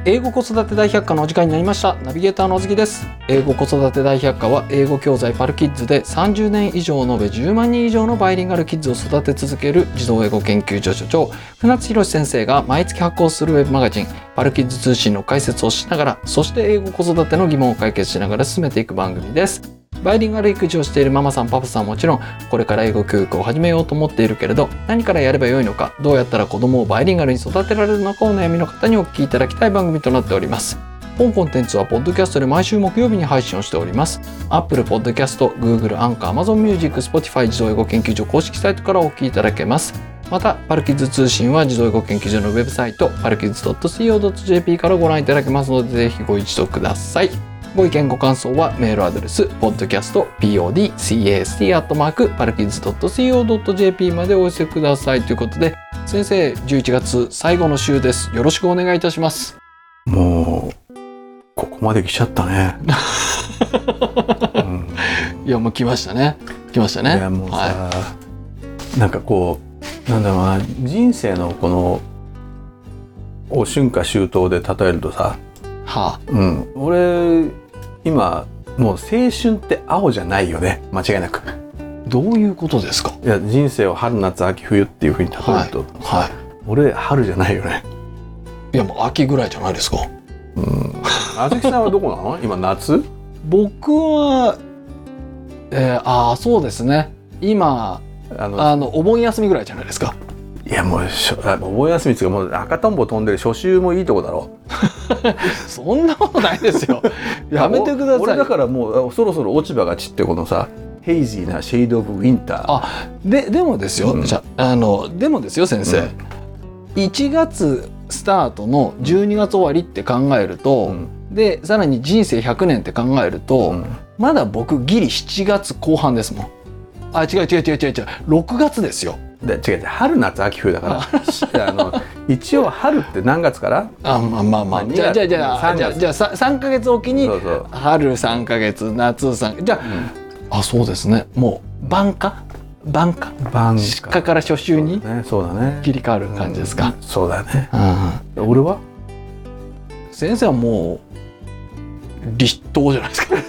英語子育て大百科のお時間になりました。ナビゲーターのおずきです。英語子育て大百科は英語教材パルキッズで30年以上延べ10万人以上のバイリンガルキッズを育て続ける児童英語研究所所長船津博史先生が毎月発行するウェブマガジンパルキッズ通信の解説をしながら、そして英語子育ての疑問を解決しながら進めていく番組です。バイリンガル育児をしているママさんパパさんもちろん、これから英語教育を始めようと思っているけれど何からやればよいのか、どうやったら子供をバイリンガルに育てられるのかお悩みの方にお聞きいただきたい番組となっております。本コンテンツはポッドキャストで毎週木曜日に配信をしております。 Apple Podcast、Google、アンカー、Amazon Music、Spotify 児童英語研究所公式サイトからお聞きいただけます。またパルキッズ通信は児童英語研究所のウェブサイトパルキッズ .co.jp からご覧いただけますので、ぜひご一読ください。ご意見ご感想はメールアドレス podcast.podcast@parkids.co.jp までお寄せください。ということで、先生、11月最後の週です。よろしくお願いいたします。 もうここまで来ちゃったね、 いやもう来ましたね。いやもうさ、なんかこうなんだろうな、人生のこのを春夏秋冬で例えるとさ、俺今もう青春って青じゃないよね、間違いなく。 どういうことですか？ いや、人生を春夏秋冬っていう風に例えると、俺春じゃないよね。 いやもう秋ぐらいじゃないですか。 あずきさんはどこなの？今夏？僕はそうですね、今お盆休みぐらいじゃないですか。 いやもうお盆休みっていうか、もう赤とんぼ飛んでる初秋もいいとこだろそんなことないですよやめてください。 俺だからもうそろそろ落ち葉が散って、このさヘイジーなシェイドオブウィンター。 でもですよ、でもですよ先生、1月スタートの12月終わりって考えると、でさらに人生100年って考えると、まだ僕ギリ7月後半ですもん。違う6月ですよ。 違う春夏秋冬だから一応春って何月から？ じゃあ3ヶ月おきに春3ヶ月夏3じゃあ、そうですね、もう晩夏から初秋に切り替わる感じですか？ そうだね。俺は先生はもう立冬じゃないですか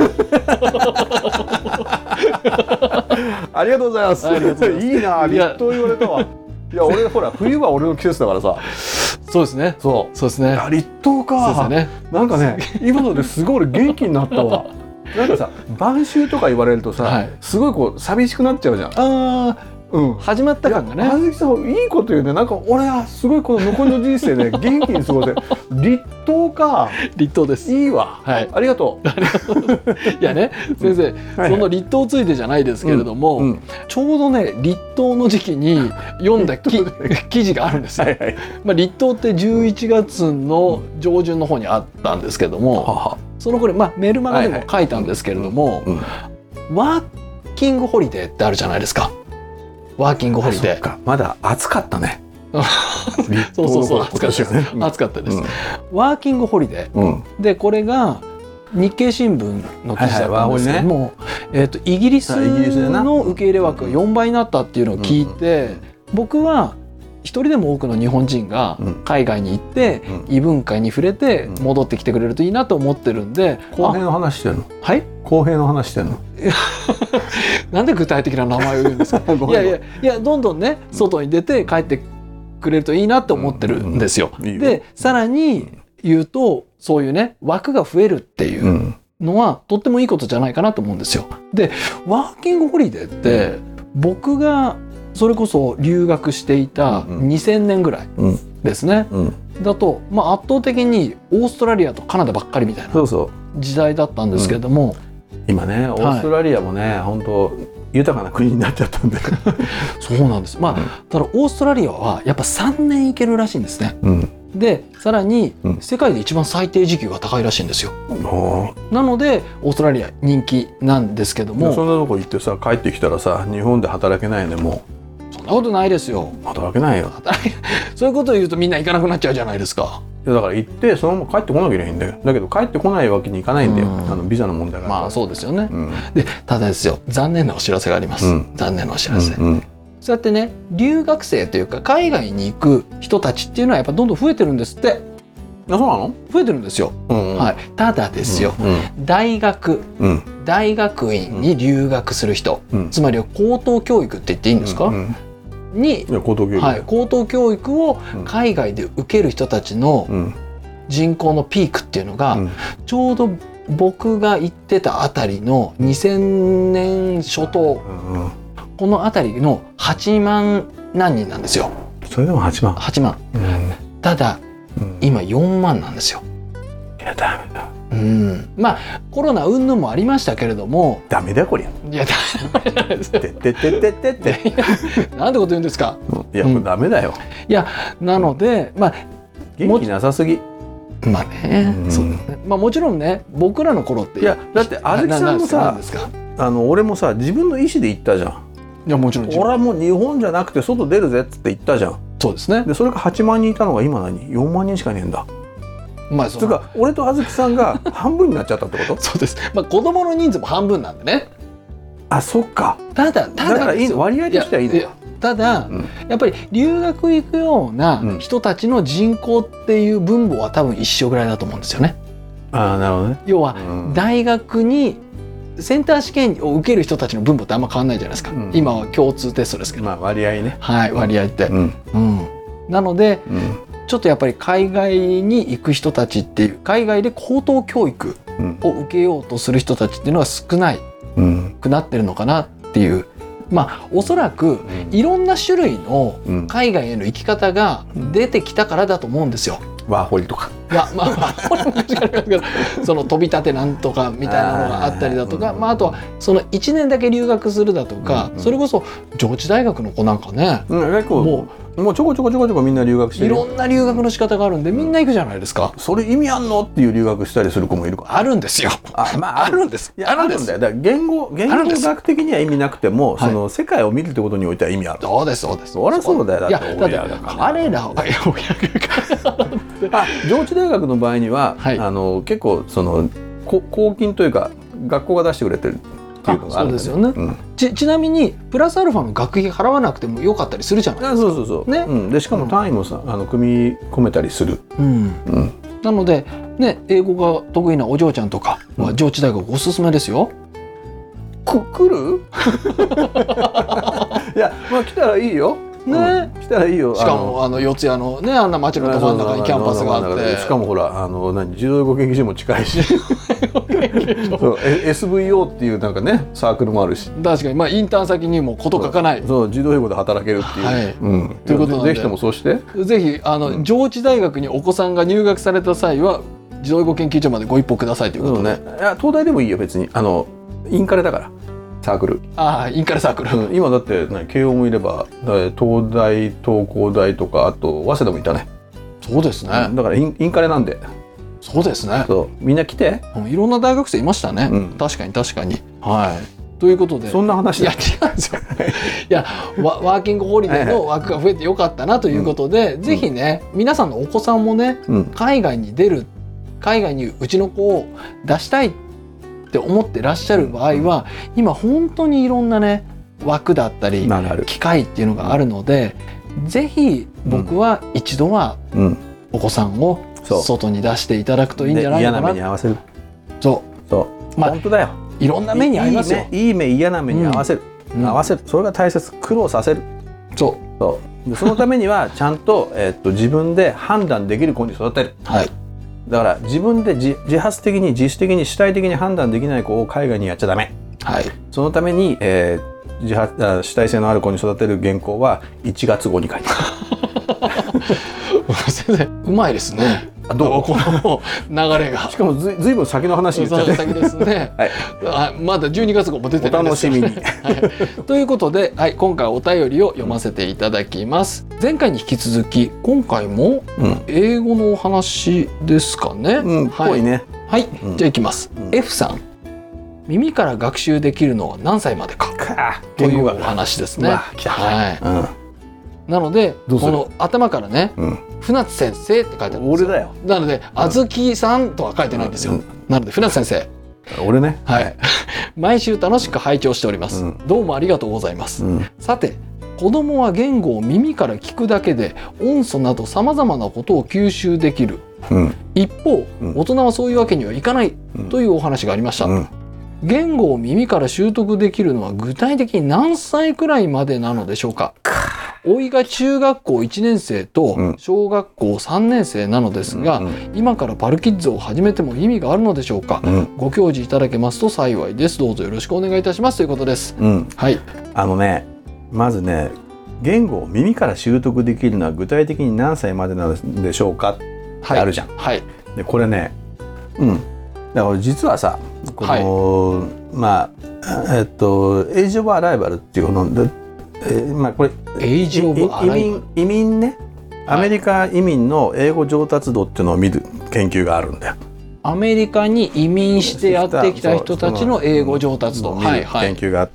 ありがとうございます。いいな、立冬言われたわ。いや俺ほら冬は俺の季節だからさ。 そうですね。そうですね。 立冬か。そうですね。なんかね、今のですごい俺元気になったわ。なんかさ、晩秋とか言われるとさ、すごいこう寂しくなっちゃうじゃん。 始まった感がね。 あずきさんいいこと言うね。なんか俺はすごいこの残りの人生で元気に過ごせ。立冬か。 立冬です。 いいわ。ありがとう。 いやね、先生、その立冬ついてじゃないですけれども、ちょうどね立冬の時期に読んだ記事があるんですよ。立冬って11月の上旬の方にあったんですけども、そのこれメルマガでも書いたんですけれども、ワーキングホリデーってあるじゃないですか。ワーキングホリデー。 まだ暑かったね。 そう暑かったです。暑かったです。ワーキングホリデーで、これが日経新聞の記事だったんですけども、イギリスの受け入れ枠が4倍になったっていうのを聞いて、僕は一人でも多くの日本人が海外に行って異文化に触れて戻ってきてくれるといいなと思ってるんで。 公平の話してるの？はい、公平の話してるの？ なんで具体的な名前を言うんですか？いやどんどんね外に出て帰ってくれるといいなと思ってるんですよ。でさらに言うと、そういうね枠が増えるっていうのはとってもいいことじゃないかなと思うんですよ。でワーキングホリデーって僕がそれこそ留学していた2000年ぐらいですね、だと、圧倒的にオーストラリアとカナダばっかりみたいな時代だったんですけれども、 今ねオーストラリアもね、本当豊かな国になっちゃったんでそうなんです。ただオーストラリアはやっぱ3年行けるらしいんですね。でさらに世界で一番最低時給が高いらしいんですよ。なのでオーストラリア人気なんですけども、 そんなとこ行ってさ帰ってきたらさ、日本で働けないね。もうそんなことないですよ。 働けないよ。 そういうことを言うとみんな行かなくなっちゃうじゃないですか。 だから行ってそのまま帰ってこなきゃいけないんだよ。だけど帰ってこないわけにいかないんだよ、ビザの問題が。 そうですよね。でただですよ、残念なお知らせがあります。残念なお知らせ。そうやってね留学生というか海外に行く人たちっていうのはやっぱどんどん増えてるんですって。 あ、そうなの？ 増えてるんですよ。はい、ただですよ、大学院に留学する人、つまりは高等教育って言っていいんですか、に高等教育を海外で受ける人たちの人口のピークっていうのが、ちょうど僕が行ってたあたりの2000年初頭、このあたりの8万何人なんですよ。 それでも8万、 ただ、今4万なんですよ。 いやダメだ。 まあコロナ云々もありましたけれども、 ダメだよこりゃ。 いやダメじゃないです。なんてこと言うんですか。 いやこれダメだよ。 いやなのでまあ元気なさすぎ。 まあね、そうですね。まあもちろんね、僕らの頃って、 いやだってあずきさんもさ、俺もさ自分の意思で行ったじゃん。 いやもちろん。 俺はもう日本じゃなくて外出るぜっつって言ったじゃん。 そうですね。 でそれが8万人いたのが今何4万人しかいねえんだ。 まあそれか俺とあずきさんが半分になっちゃったってこと？ そうです。まあ子供の人数も半分なんでね。 あ、そっか。 ただだからいいの、割合としてはいいのよ。 ただ、やっぱり留学行くような人たちの人口っていう分母は多分一緒ぐらいだと思うんですよね。 ああ、なるほどね。 要は、大学にセンター試験を受ける人たちの分母ってあんま変わんないじゃないですか。今は共通テストですけど。 まあ割合ね。 はい、割合って。なので、ちょっとやっぱり海外に行く人たちっていう、海外で高等教育を受けようとする人たちっていうのは少ないくなってるのかなっていう。まあおそらくいろんな種類の海外への行き方が出てきたからだと思うんですよ。 ワーホリとか。 いや、まあワーホリも確かにありますけど、その飛び立てなんとかみたいなのがあったりだとか、まああとはその1年だけ留学するだとか、それこそ上智大学の子なんかね、 もうちょこちょこみんな留学してる。 いろんな留学の仕方があるんでみんな行くじゃないですか。 それ意味あんのっていう留学したりする子もいるから。 あるんですよ。 まああるんです。あるんだよ。だから言語学的には意味なくても、その世界を見るってことにおいては意味ある。 そうですそうです。 そりゃそうだよ。だって親だから。彼らは上智大学の場合には結構その公金というか学校が出してくれてる。 そうですよね。ちなみにプラスアルファの学費払わなくてもよかったりするじゃないですか。 そうね。でしかも単位もさ組み込めたりする。 なのでね、英語が得意なお嬢ちゃんとかは上智大学おすすめですよ。 来る？いやまあ来たらいいよ。ね、来たらいいよ。 しかも四谷のね、あんな街のど真ん中にキャンパスがあって、 しかもほら児童養護研究所も近いしSVO っていうなんかねサークルもあるし、 確かにまあインターン先にも事書かない、 そう児童養護で働けるっていう、ということなんで、ぜひともそうしてぜひ上智大学にお子さんが入学された際は児童養護研究所までご一報くださいということで、 いや東大でもいいよ別にインカレだから。サークル。 インカレサークル。 今だって慶応もいれば東大東工大とかあと早稲田もいたね。 そうですね。 だからインカレなんで。 そうですね。 みんな来て。 いろんな大学生いましたね。確かに確かに。はい。ということで。 そんな話。 いや違うんですよ。いやワーキングホリデーの枠が増えてよかったなということで、ぜひね皆さんのお子さんもね海外にうちの子を出したいって思ってらっしゃる場合は、今本当にいろんなね枠だったり機会っていうのがあるので、ぜひ僕は一度はお子さんを外に出していただくといいんじゃないかな。 嫌な目に合わせる。 そう。 本当だよ。 いろんな目に合いますよ。 いい目嫌な目に合わせる。それが大切。苦労させる。そのためにはちゃんと自分で判断できる子に育てる。はい。だから自分で自発的に自主的に主体的に判断できない子を海外にやっちゃダメ。はい。そのために、主体性のある子に育てる原稿は1月号に書いて先生うまいですね。どうこの流れが。 しかもずいぶん先の話言っちゃって。 先ですね。はい。まだ12月号も出てないです。 お楽しみに。 ということで、今回お便りを読ませていただきます。前回に引き続き今回も英語のお話ですかね。 ぽいね。 はい。じゃあいきます。F さん。耳から学習できるのは何歳までかというお話ですね。はい。なのでこの頭からね船津先生って書いてあるんですよ。 俺だよ。 なのであずきさんとは書いてないんですよ。なので船津先生。 俺ね。 はい。毎週楽しく拝聴しております。どうもありがとうございます。さて子供は言語を耳から聞くだけで音素などさまざまなことを吸収できる一方、大人はそういうわけにはいかないというお話がありました。言語を耳から習得できるのは具体的に何歳くらいまでなのでしょうか。おいが中学校1年生と小学校3年生なのですが、今からパルキッズを始めても意味があるのでしょうか。ご教示いただけますと幸いです。どうぞよろしくお願いいたしますということです。はい。 まずね、言語を耳から習得できるのは具体的に何歳までなのでしょうかってあるじゃん。 はい。 でこれね、だから実はさ、この、エイジ・オブ・アライバルっていうので、これエイジ・オブ・アライバル、 移民ね、アメリカ移民の英語上達度っていうのを見る研究があるんだよ。 アメリカに移民してやってきた人たちの英語上達度を見る研究があって、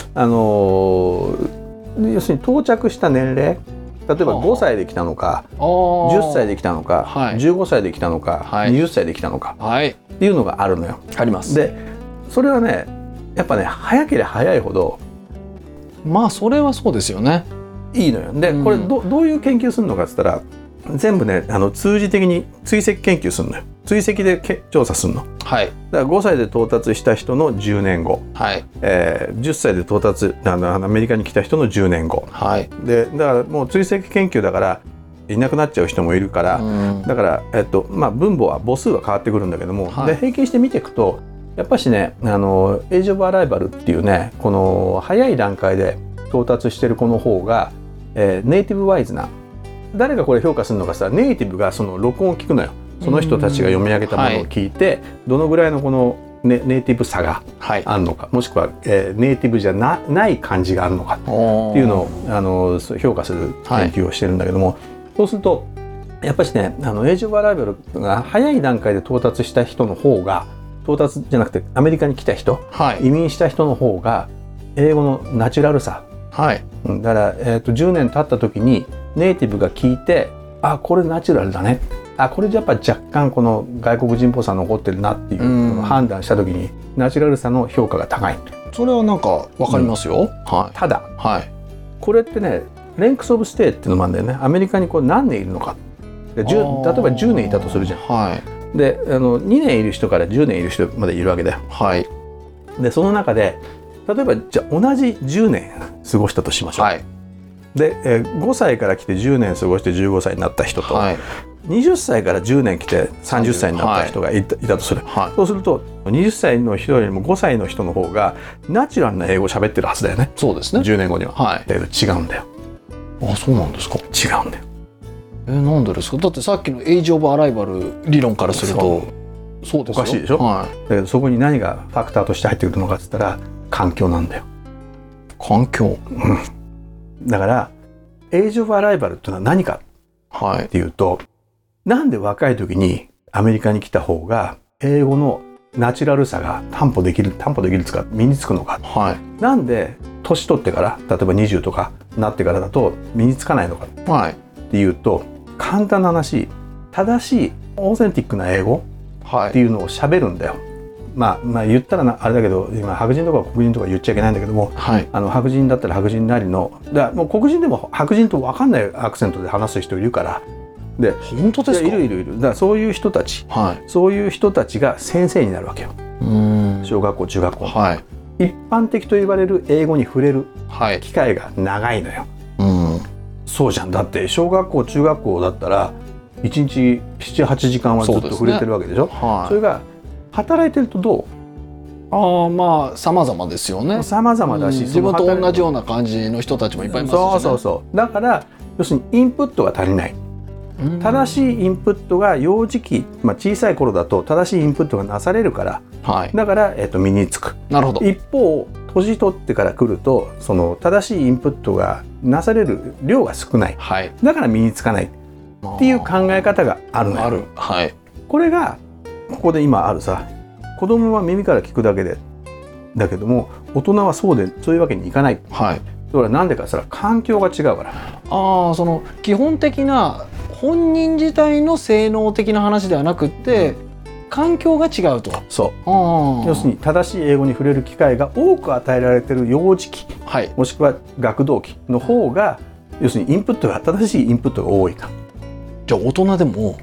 要するに到着した年齢、例えば5歳で来たのか、10歳で来たのか、15歳で来たのか、20歳で来たのかっていうのがあるのよ。 あります。 でそれはね、やっぱね、早ければ早いほど、 それはそうですよね。 いいのよ。でこれどういう研究するのかって言ったら、全部ね、通じ的に追跡研究するのよ。追跡で調査するの。 はい。 だから5歳で到達した人の10年後、10歳で到達アメリカに来た人の10年後、でだからもう追跡研究だからいなくなっちゃう人もいるから、だから、分母は母数は変わってくるんだけども、で平均して見ていくとやっぱしね、エイジ・オブ・アライバルっていうね、この早い段階で到達してる子の方が、ネイティブワイズな、誰がこれ評価するのかさ、ネイティブがその録音を聞くのよ。その人たちが読み上げたものを聞いて、どのぐらいのこのネイティブさがあるのか、もしくは、ネイティブじゃない感じがあるのかっていうのを評価する研究をしてるんだけども、そうするとやっぱりね、エイジ・オブ・アライバルが早い段階で到達した人の方が、到達じゃなくてアメリカに来た人、移民した人の方が英語のナチュラルさ、だから、10年経った時にネイティブが聞いて、これナチュラルだね、これじゃやっぱ若干この外国人っぽさ残ってるなっていう判断した時にナチュラルさの評価が高い。 それはなんか分かりますよ。 ただ、これってね、レンクス・オブ・ステイっていうのもあるんだよね。アメリカにこう何年いるのか。例えば10年いたとするじゃん。で2年いる人から10年いる人までいるわけだよ。でその中で例えばじゃあ同じ10年過ごしたとしましょう。で、5歳から来て10年過ごして15歳になった人と、20歳から10年来て30歳になった人がいたとする。そうすると20歳の人よりも5歳の人の方がナチュラルな英語を喋ってるはずだよね。 そうですね。 10年後には。だけど違うんだよ。 そうなんですか。 違うんだよ。 なんでですか。だってさっきのエイジ・オブ・アライバル理論からするとそうですよ。 おかしいでしょ。だけどそこに何がファクターとして入ってくるのかって言ったら環境なんだよ。 環境。 だからエイジ・オブ・アライバルっていうのは何かっていうと、なんで若い時にアメリカに来た方が英語のナチュラルさが担保できるつか身につくのか、なんで年取ってから例えば20とかなってからだと身につかないのかっていうと、簡単な話、正しいオーセンティックな英語っていうのを喋るんだよ。言ったらあれだけど、今白人とか黒人とか言っちゃいけないんだけども、白人だったら白人なりの、もう黒人でも白人と分かんないアクセントで話す人いるから。で、 本当ですか。 いる。だからそういう人たち、そういう人たちが先生になるわけよ。小学校中学校、一般的と言われる英語に触れる機会が長いのよ。そうじゃん。だって小学校中学校だったら1日 7,8 時間はずっと触れてるわけでしょ。それが働いてるとどう？ 様々ですよね。 様々だし、 自分と同じような感じの人たちもいっぱいいますしね。 そうだから要するにインプットが足りない。正しいインプットが幼児期、小さい頃だと正しいインプットがなされるから、だから、身につく。 なるほど。 一方年取ってから来るとその正しいインプットがなされる量が少ない、だから身につかないっていう考え方があるのよ。これがここで今あるさ、子供は耳から聞くだけでだけども大人はそういうわけにいかない。だからなんでかって言ったら環境が違うから。 その基本的な本人自体の性能的な話ではなくって、環境が違うと。要するに正しい英語に触れる機会が多く与えられている幼児期、もしくは学童期の方が要するに正しいインプットが多いか。じゃあ大人でも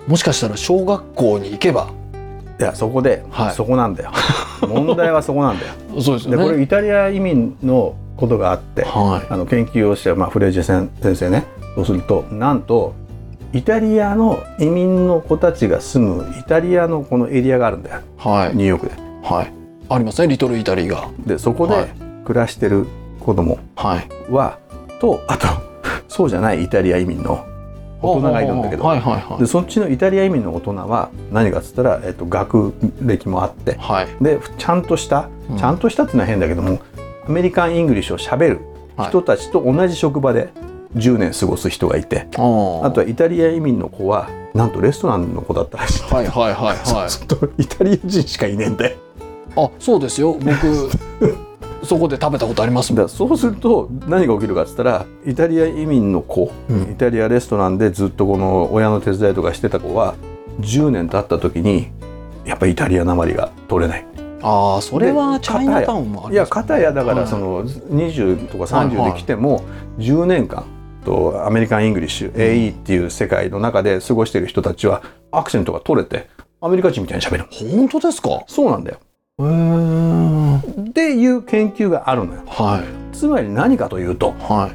もしかしたら小学校に行けば、 いやそこで、 はい、 そこなんだよ問題はそこなんだよそうですよね。 でこれイタリア移民のことがあって、はい、研究をした、フレージェ先生ね、そうするとなんとイタリアの移民の子たちが住むイタリアのこのエリアがあるんだよ、はい、ニューヨークで、はい、 ありますね、リトルイタリーが。 でそこで暮らしてる子供は、はい、とあとそうじゃないイタリア移民の大人がいるんだけど、でそっちのイタリア移民の大人は何かっつったら、学歴もあって、はい、でちゃんとしたっていうのは変だけども、アメリカン・イングリッシュをしゃべる人たちと同じ職場で10年過ごす人がいて、あとはイタリア移民の子はなんとレストランの子だったらしい。はいはいはいはい。そうするとイタリア人しかいねえんだよ。 あ、そうですよ。僕そこで食べたことありますもん。 だそうすると何が起きるかっつったら、イタリア移民の子、イタリアレストランでずっとこの親の手伝いとかしてた子は10年経った時にやっぱりイタリアなまりが取れない。 ああ、それはチャイナタウンもありますね。いや、 片やだからその20とか30で来ても10年間とアメリカン・イングリッシュ AE っていう世界の中で過ごしている人たちはアクセントが取れてアメリカ人みたいに喋る。 本当ですか？ そうなんだよ。っていう研究があるのよ。はい、つまり何かというと、はい、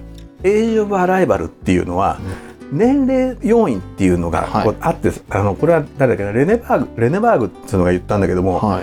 エイジ・オブ・アライバルっていうのは、年齢要因っていうのがこうあって、これは誰だっけな、レネバーグっていうのが言ったんだけども、はい、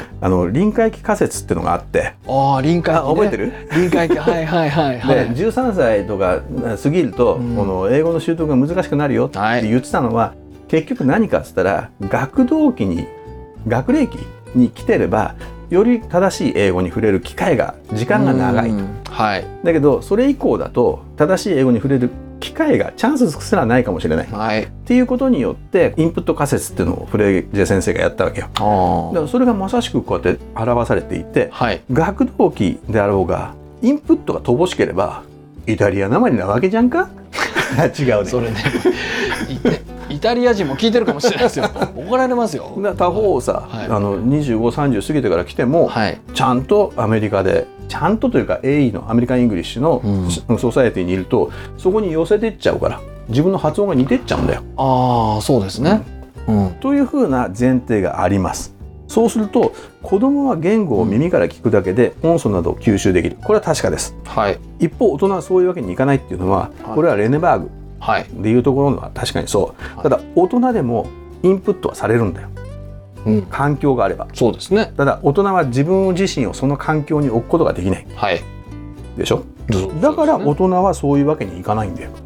臨界期仮説っていうのがあって、 臨界期、ね、 覚えてる？臨界期はいはいはい、はい、で13歳とか過ぎると、この英語の習得が難しくなるよって言ってたのは、結局何かっつったら学齢期に来てればより正しい英語に触れる機会が時間が長いと、はい、だけどそれ以降だと正しい英語に触れる機会がチャンスすらないかもしれない、はい、っていうことによってインプット仮説っていうのをフレージェ先生がやったわけよ。だからそれがまさしくこうやって表されていて、はい、学童期であろうがインプットが乏しければイタリアなまりなわけじゃんか違うね。 それねイタリア人も聞いてるかもしれないですよ。怒られますよ。 他方さ、はい、25、30過ぎてから来ても、はい、ちゃんとアメリカでちゃんとというか AE のアメリカン・イングリッシュの、ソサエティにいるとそこに寄せていっちゃうから自分の発音が似てっちゃうんだよ。 ああ、そうですね、 というふうな前提があります。そうすると子供は言語を耳から聞くだけで音素などを吸収できる。これは確かです、はい、一方大人はそういうわけにいかないっていうのは、これはレネバーグでいうところのは確かにそう、はい、ただ大人でもインプットはされるんだよ、環境があれば。 そうですね。 ただ大人は自分自身をその環境に置くことができない、はい、でしょ。だから大人はそういうわけにいかないんだよ。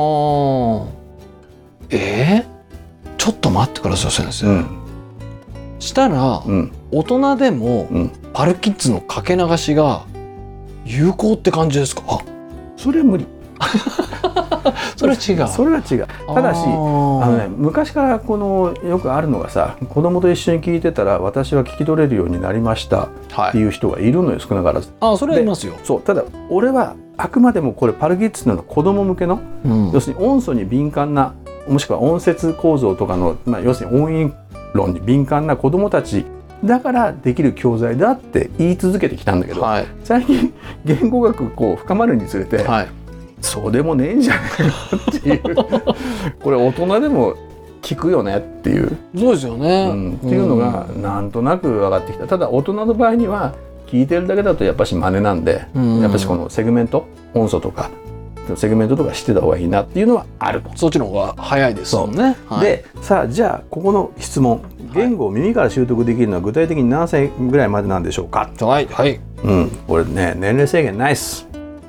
ちょっと待ってください先生、したら、大人でも、パルキッズのかけ流しが有効って感じですか？ それは無理それは違う。 それは違う。ただし昔からよくあるのがさ、子供と一緒に聞いてたら私は聞き取れるようになりましたっていう人がいるのよ、少なからず。 それはいますよ。 そう、ただ俺はあくまでもこれパルキッズの子供向けの、要するに音素に敏感な、もしくは音節構造とかの、要するに音韻論に敏感な子供たちだからできる教材だって言い続けてきたんだけど、最近言語学深まるにつれて、そうでもねえんじゃないかっていうこれ大人でも聞くよねっていう。 そうですよね、 っていうのがなんとなく分かってきた。ただ大人の場合には聞いてるだけだとやっぱし真似なんで、やっぱしこのセグメント、音素とかセグメントとか知ってた方がいいなっていうのはあると。 そっちの方が早いですもんね。 でさあ、じゃあここの質問、言語を耳から習得できるのは具体的に何歳ぐらいまでなんでしょうか。 はいはい、 これね、年齢制限ないっす。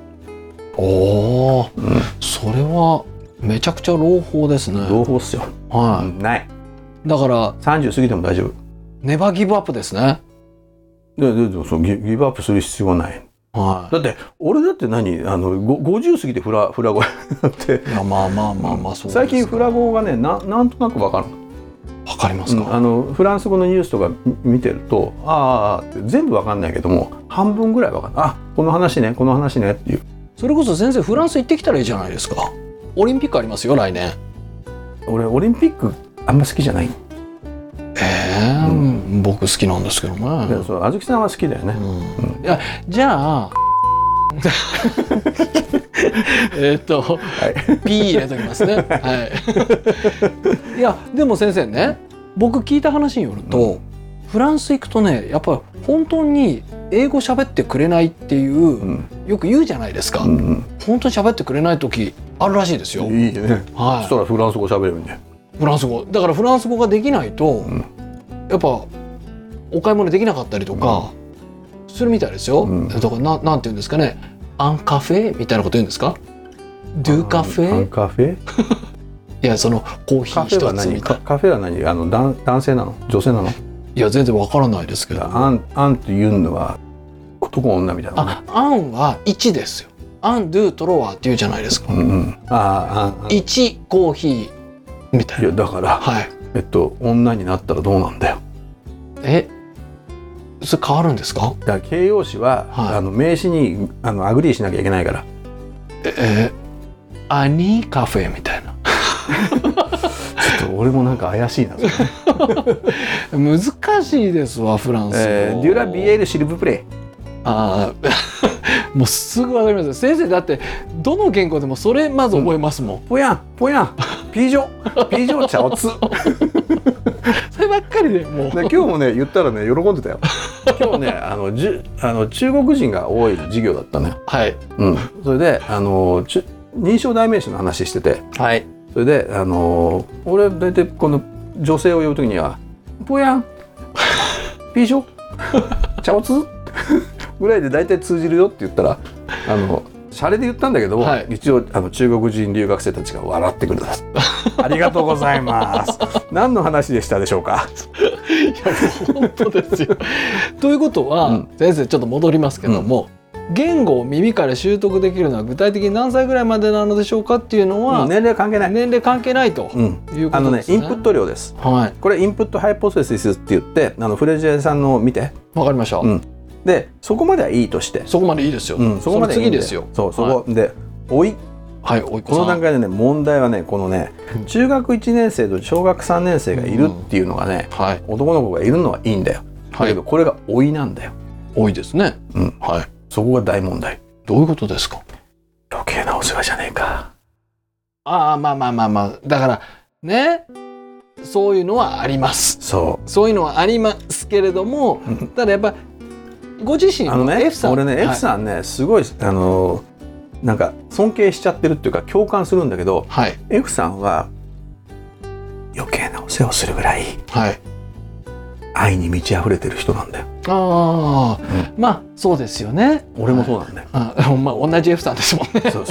それはめちゃくちゃ朗報ですね。 朗報っすよ。ない。 だから 30過ぎても大丈夫。 ネバーギブアップですね。 そうギブアップする必要はない。だって俺だって50過ぎてフラ語だって。いや、まあそうです。最近フラ語がね、なんとなく分かる。 分かりますか？ フランス語のニュースとか見てると、って全部分かんないけども半分ぐらい分かる。この話ねっていう。 それこそ先生フランス行ってきたらいいじゃないですか。オリンピックありますよ、来年。俺オリンピックあんま好きじゃない。 僕好きなんですけどね。 そう、あずきさんは好きだよね。 いや、じゃあP 入れときますね。はい。いやでも先生ね、僕聞いた話によると、フランス行くとねやっぱり本当に英語喋ってくれないっていう、よく言うじゃないですか、本当に喋ってくれない時あるらしいですよ。 いいね、 はい、 そしたらフランス語喋れるんで、 フランス語だからフランス語ができないと、やっぱお買い物できなかったりとかするみたいですよ、だからなんて言うんですかね、アンカフェみたいなこと言うんですか、ドゥカフェ、 アンカフェいやそのコーヒー一つみたいな。 カフェは何、男性なの女性なの？ いや全然わからないですけど、 アンというのは男女みたいな、 アンは1ですよ。アンドゥトロワって言うじゃないですか、1コーヒーみたいな。 いやだから、はい、女になったらどうなんだよ。 それ変わるんですか？ だから形容詞は、はい、名詞にアグリーしなきゃいけないから。 アニーカフェみたいな。 ちょっと俺もなんか怪しいな。 難しいですわフランス語。 デュラビエールシルブプレイ。 もうすぐわかります先生。だってどの言語でもそれまず覚えますもん。 ポヤンピージョチャオツ。 そればっかりでもう。 今日もね言ったらね喜んでたよ。今日ね中国人が多い授業だったね。 はい。 それで認証代名詞の話してて。 はい。 それで俺大体この女性を呼ぶときにはポヤンピージョチャオツぐらいで大体通じるよって言ったらシャレで言ったんだけども、はい、一応中国人留学生たちが笑ってくれた。ありがとうございます。何の話でしたでしょうか。 いや本当ですよ。ということは、先生ちょっと戻りますけども、言語を耳から習得できるのは具体的に何歳ぐらいまでなのでしょうかっていうのは、 年齢関係ない。 年齢関係ないということですね。 インプット量です。 はい。 これインプットハイポテシスって言ってフレジェさんの見て。 わかりました。 でそこまではいいとして。 そこまでいいですよ。 そこまでいいんで次ですよ。 そこで老い。 はい、 この段階でね問題はねこのね中学1年生と小学3年生がいるっていうのがね、男の子がいるのはいいんだよ。だけどこれが老いなんだよ。 老いですね。はい。 そこが大問題。 どういうことですか？ 余計なお世話じゃねえか。 まあだからね、そういうのはあります。そういうのはありますけれども、ただやっぱご自身のF さん、 俺ね F さんねすごいなんか尊敬しちゃってるっていうか共感するんだけど、F さんは余計なお世話をするぐらい愛に満ち溢れてる人なんだよ。 まあそうですよね。 俺もそうなんだよ。 まあ同じ F さんですもんね。 そう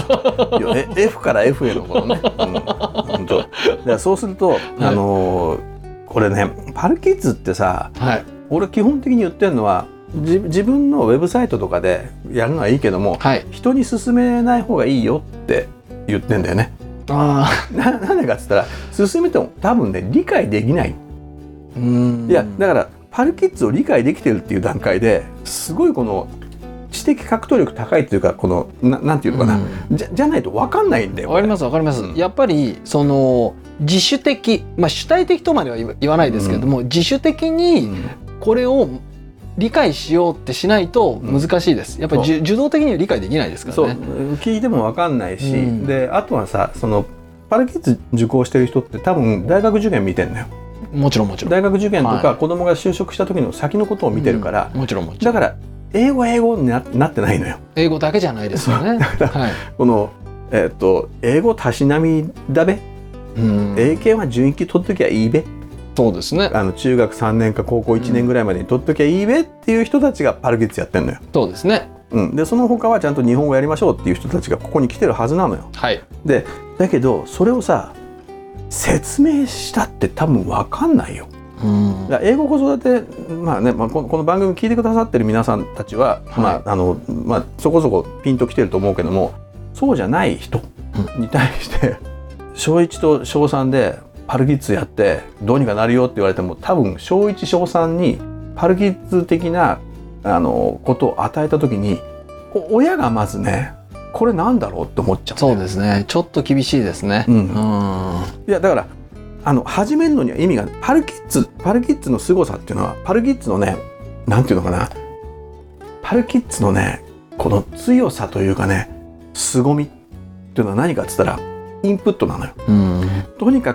。F から F へのこのね。本当。だからそうするとこれねパルキッズってさ、俺基本的に言ってるのは自分のウェブサイトとかでやるのはいいけども、人に勧めない方がいいよって言ってんだよね。なんでかっつったら勧めても多分ね理解できない。いやだからパルキッズを理解できてるっていう段階ですごいこの知的獲得力高いっていうかこのなんていうのかな、じゃないと分かんないんだよ。 わかりますわかります。やっぱりその自主的、主体的とまでは言わないですけれども、自主的にこれを理解しようってしないと難しいです。やっぱり受動的には理解できないですからね。 聞いても分かんないし、であとはさそのパルキッズ受講してる人って多分大学受験見てんのよ。 もちろん大学受験とか子供が就職した時の先のことを見てるから、 もちろんだから英語になってないのよ。 英語だけじゃないですよね。 この英語たしなみだべ、英検は準1級取っときゃいいべ。 そうですね。 中学3年か高校1年ぐらいまでに取っときゃいいべっていう人たちがパルキッズやってんのよ。 そうですね。 でその他はちゃんと日本語やりましょうっていう人たちがここに来てるはずなのよ。でだけどそれをさ説明したって多分分かんないよ。だ英語子育てこの番組聞いてくださってる皆さんたちは、そこそこピンときてると思うけども、そうじゃない人に対して小1と小3でパルキッズやってどうにかなるよって言われても多分小1小3にパルキッズ的なことを与えた時に親がまずねこれなんだろうって思っちゃう。 そうですね。ちょっと厳しいですね。 いやだから始めるのには意味がパルキッズの凄さっていうのはパルキッズのねなんていうのかなパルキッズのねこの強さというかね凄みっていうのは何かっつったらインプットなのよ。とにかく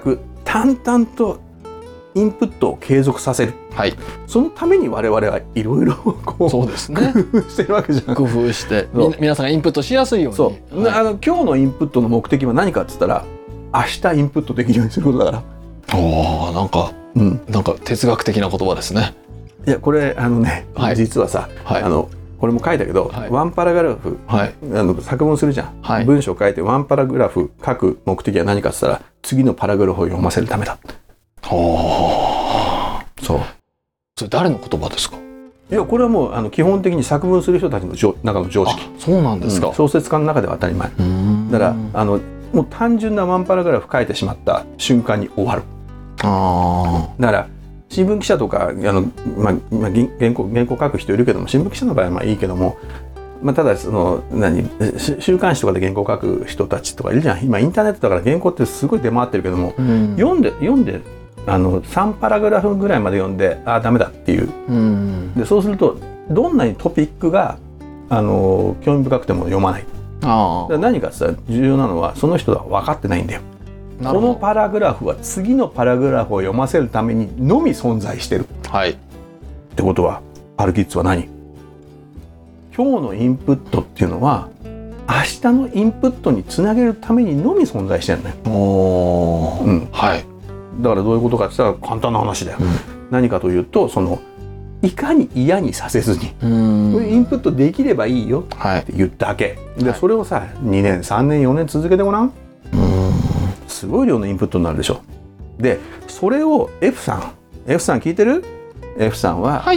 淡々とインプットを継続させる、 はい、 そのために我々はいろいろそうですね工夫してるわけじゃん。 工夫して皆さんがインプットしやすいように。 そう、はい、今日のインプットの目的は何かって言ったら明日インプットできるようにすることだから。 なんか、なんか哲学的な言葉ですね。 いやこれはい、 実はさ、はい、これも書いたけど、はい、ワンパラグラフ、はい、作文するじゃん、はい、文章書いてワンパラグラフ書く目的は何かって言ったら次のパラグラフを読ませるためだ。そうそれ誰の言葉ですか？ いやこれはもう基本的に作文する人たちの中の常識。 そうなんですか、 小説家の中では当たり前だからもう単純なワンパラグラフ書いてしまった瞬間に終わる。だから新聞記者とか原稿書く人いるけども新聞記者の場合はまあいいけども、ただ週刊誌とかで原稿書く人たちとかいるじゃん。今インターネットだから原稿ってすごい出回ってるけども、読んで3パラグラフぐらいまで読んでダメだっていう、でそうするとどんなにトピックが興味深くても読まない。だから何かさ重要なのはその人は分かってないんだよ。このパラグラフは次のパラグラフを読ませるためにのみ存在してる、はい、ってことはパルキッズは何？今日のインプットっていうのは明日のインプットにつなげるためにのみ存在してるのよ。はい、だからどういうことかって言ったら簡単な話だよ。何かというといかに嫌にさせずにインプットできればいいよって言うだけ、でそれをさ2年3年4年続けてごらん。すごい量のインプットになるでしょ。でそれを F さん聞いてる？ F さんは、はい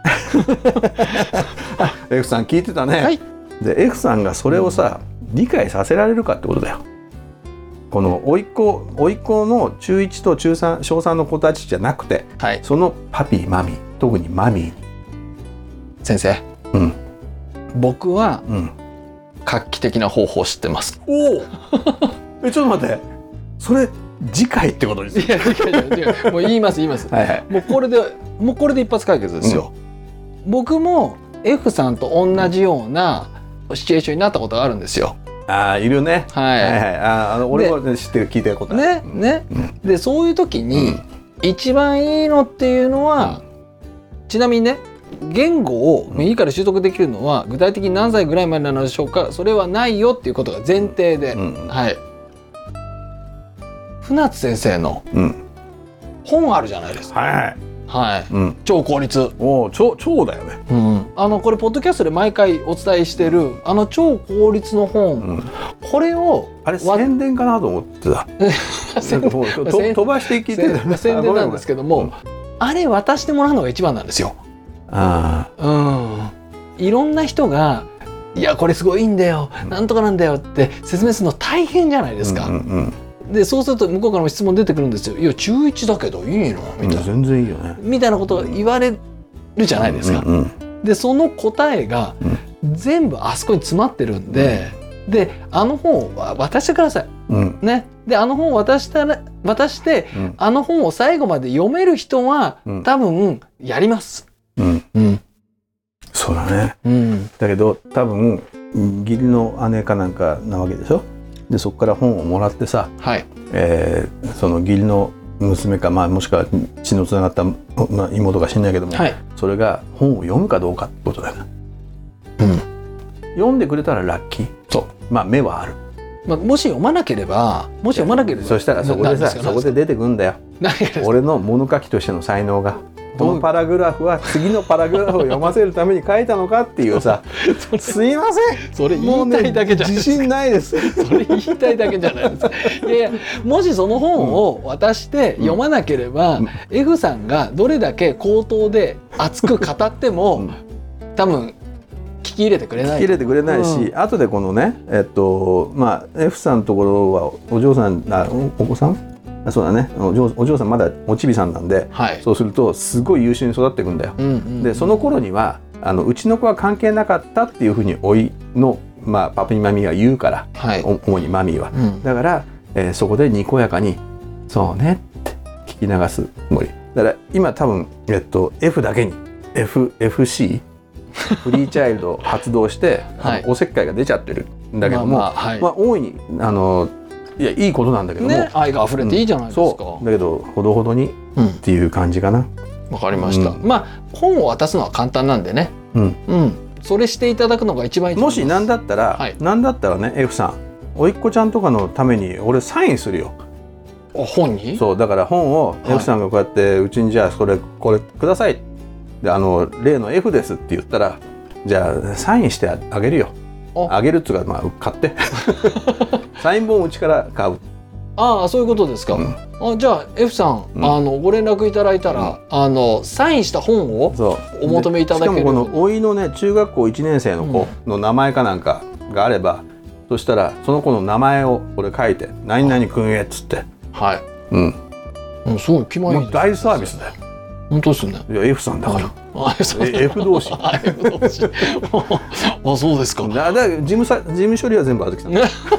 、F さん聞いてたね、はい、で F さんがそれをさ、理解させられるかってことだよ。この甥っ子の中1と中3小3の子たちじゃなくて、はい、そのパピーマミー特にマミーに先生、僕は、画期的な方法を知ってます。おおちょっと待って、それ次回ってことです。 いやもう言います、はい、はい、もうこれで一発解決ですよ。僕も F さんと同じようなシチュエーションになったことがあるんですよ。 いるね。はい。俺も知ってる、聞いてることある。 ね。でそういう時に、一番いいのっていうのは、ちなみにね、言語を右から習得できるのは具体的に何歳ぐらいまでなのでしょうか。それはないよっていうことが前提で、はい。船津先生の本あるじゃないですか。はい、超効率。 超だよね。 これポッドキャストで毎回お伝えしてる超効率の本、これを宣伝かなと思ってた。飛ばして聞いてた。 宣伝なんですけども、あれ渡してもらうのが一番なんですよ。いろんな人がいやこれすごいいいんだよ、なんとかなんだよって説明するの大変じゃないですか。でそうすると向こうからも質問出てくるんですよ。いや中1だけどいいのみたいな、 全然いいよねみたいなことを言われるじゃないですか。でその答えが全部あそこに詰まってるんで、で本は渡してください、ね。で本を渡して、本を最後まで読める人は、多分やります。 そうだね。だけど多分義理の姉かなんかなわけでしょ。でそこから本をもらってさ、はい、その義理の娘か、もしくは血のつながった、妹か知んないけども、はい、それが本を読むかどうかってことだよね。読んでくれたらラッキー。そう目はある。 もし読まなければそしたらそこでさそこで出てくんだよ。俺の物書きとしての才能が。このパラグラフは次のパラグラフを読ませるために書いたのかっていうさすいません、 それ言いたいだけじゃない、 自信ないです。 それ言いたいだけじゃないです。いやもしその本を渡して読まなければ、F さんがどれだけ口頭で熱く語っても、多分聞き入れてくれないし、後でこのねF さんのところはお嬢さんお子さんそうだね、お嬢さんまだおちびさんなんで、そうするとすごい優秀に育っていくんだよ。でその頃にはうちの子は関係なかったっていうふうにおいの、パピマミが言うから、主にマミーは、だから、そこでにこやかにそうねって聞き流すつもりだから今多分、F だけに FC フリーチャイルドを発動して、おせっかいが出ちゃってるんだけども、大いにいやいいことなんだけども、 ね、愛が溢れていいじゃないですか。 そうだけどほどほどにっていう感じかな。 わかりました。まあ本を渡すのは簡単なんでね。それしていただくのが一番いいと思います。 もし何だったら、ね F さんおいっ子ちゃんとかのために俺サインするよ。 本に？ そうだから本を F さんがこうやってうちにじゃあこれください。で例の F ですって言ったらじゃあサインしてあげるよ。あげるっつうかまあ買ってサイン本うちから買う。 ああそういうことですか。じゃあ F さん、ご連絡いただいたら、サインした本をお求めいただける。 しかもこのおいのね中学校1年生の子の名前かなんかがあれば、そしたらその子の名前をこれ書いて何々くんへっつって、 すごい決まりいいですね。 大サービスだよ。 本当ですね。 いや F さんだから。F 同士。 F 同士。あ、そうですか。 だから事務処理は全部あずきさん。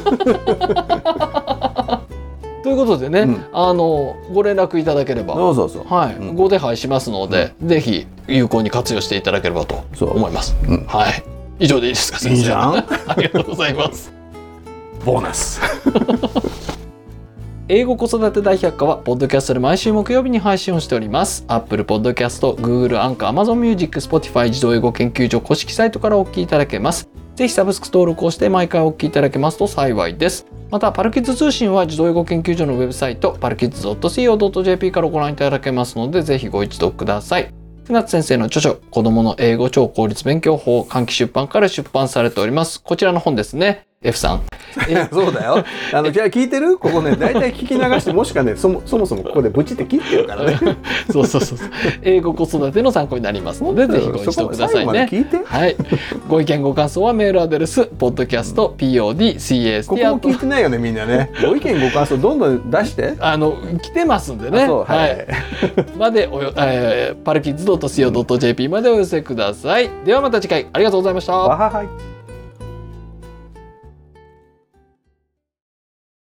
ということでね、ご連絡いただければ、ご手配しますので、ぜひ有効に活用していただければと思います。はい。以上でいいですか、先生。 いいじゃん。 ありがとうございます。 ボーナス。 英語子育て大百科はポッドキャストで毎週木曜日に配信をしております。Apple Podcast、Google、アンカー、Amazon Music、Spotify 自動英語研究所公式サイトからお聞きいただけます。ぜひサブスク登録をして毎回お聞きいただけますと幸いです。またパルキッズ通信は自動英語研究所のウェブサイトパルキッズ .co.jp からご覧いただけますので、ぜひご一読ください。船津先生の著書子供の英語超効率勉強法、換気出版から出版されております。こちらの本ですね。F さん。 そうだよ。じゃあ聞いてる？ここね、大体聞き流してもしかね、そもそもここでブチって切ってるからね。 そう。英語子育ての参考になりますので、ぜひご一読くださいね。はい。ご意見ご感想はメールアドレスpodcast.podcast。 ここも聞いてないよねみんなね。ご意見ご感想どんどん出して。 来てますんでね。はい。までパルキッズ.co.jp までお寄せください。ではまた次回ありがとうございました。 はい。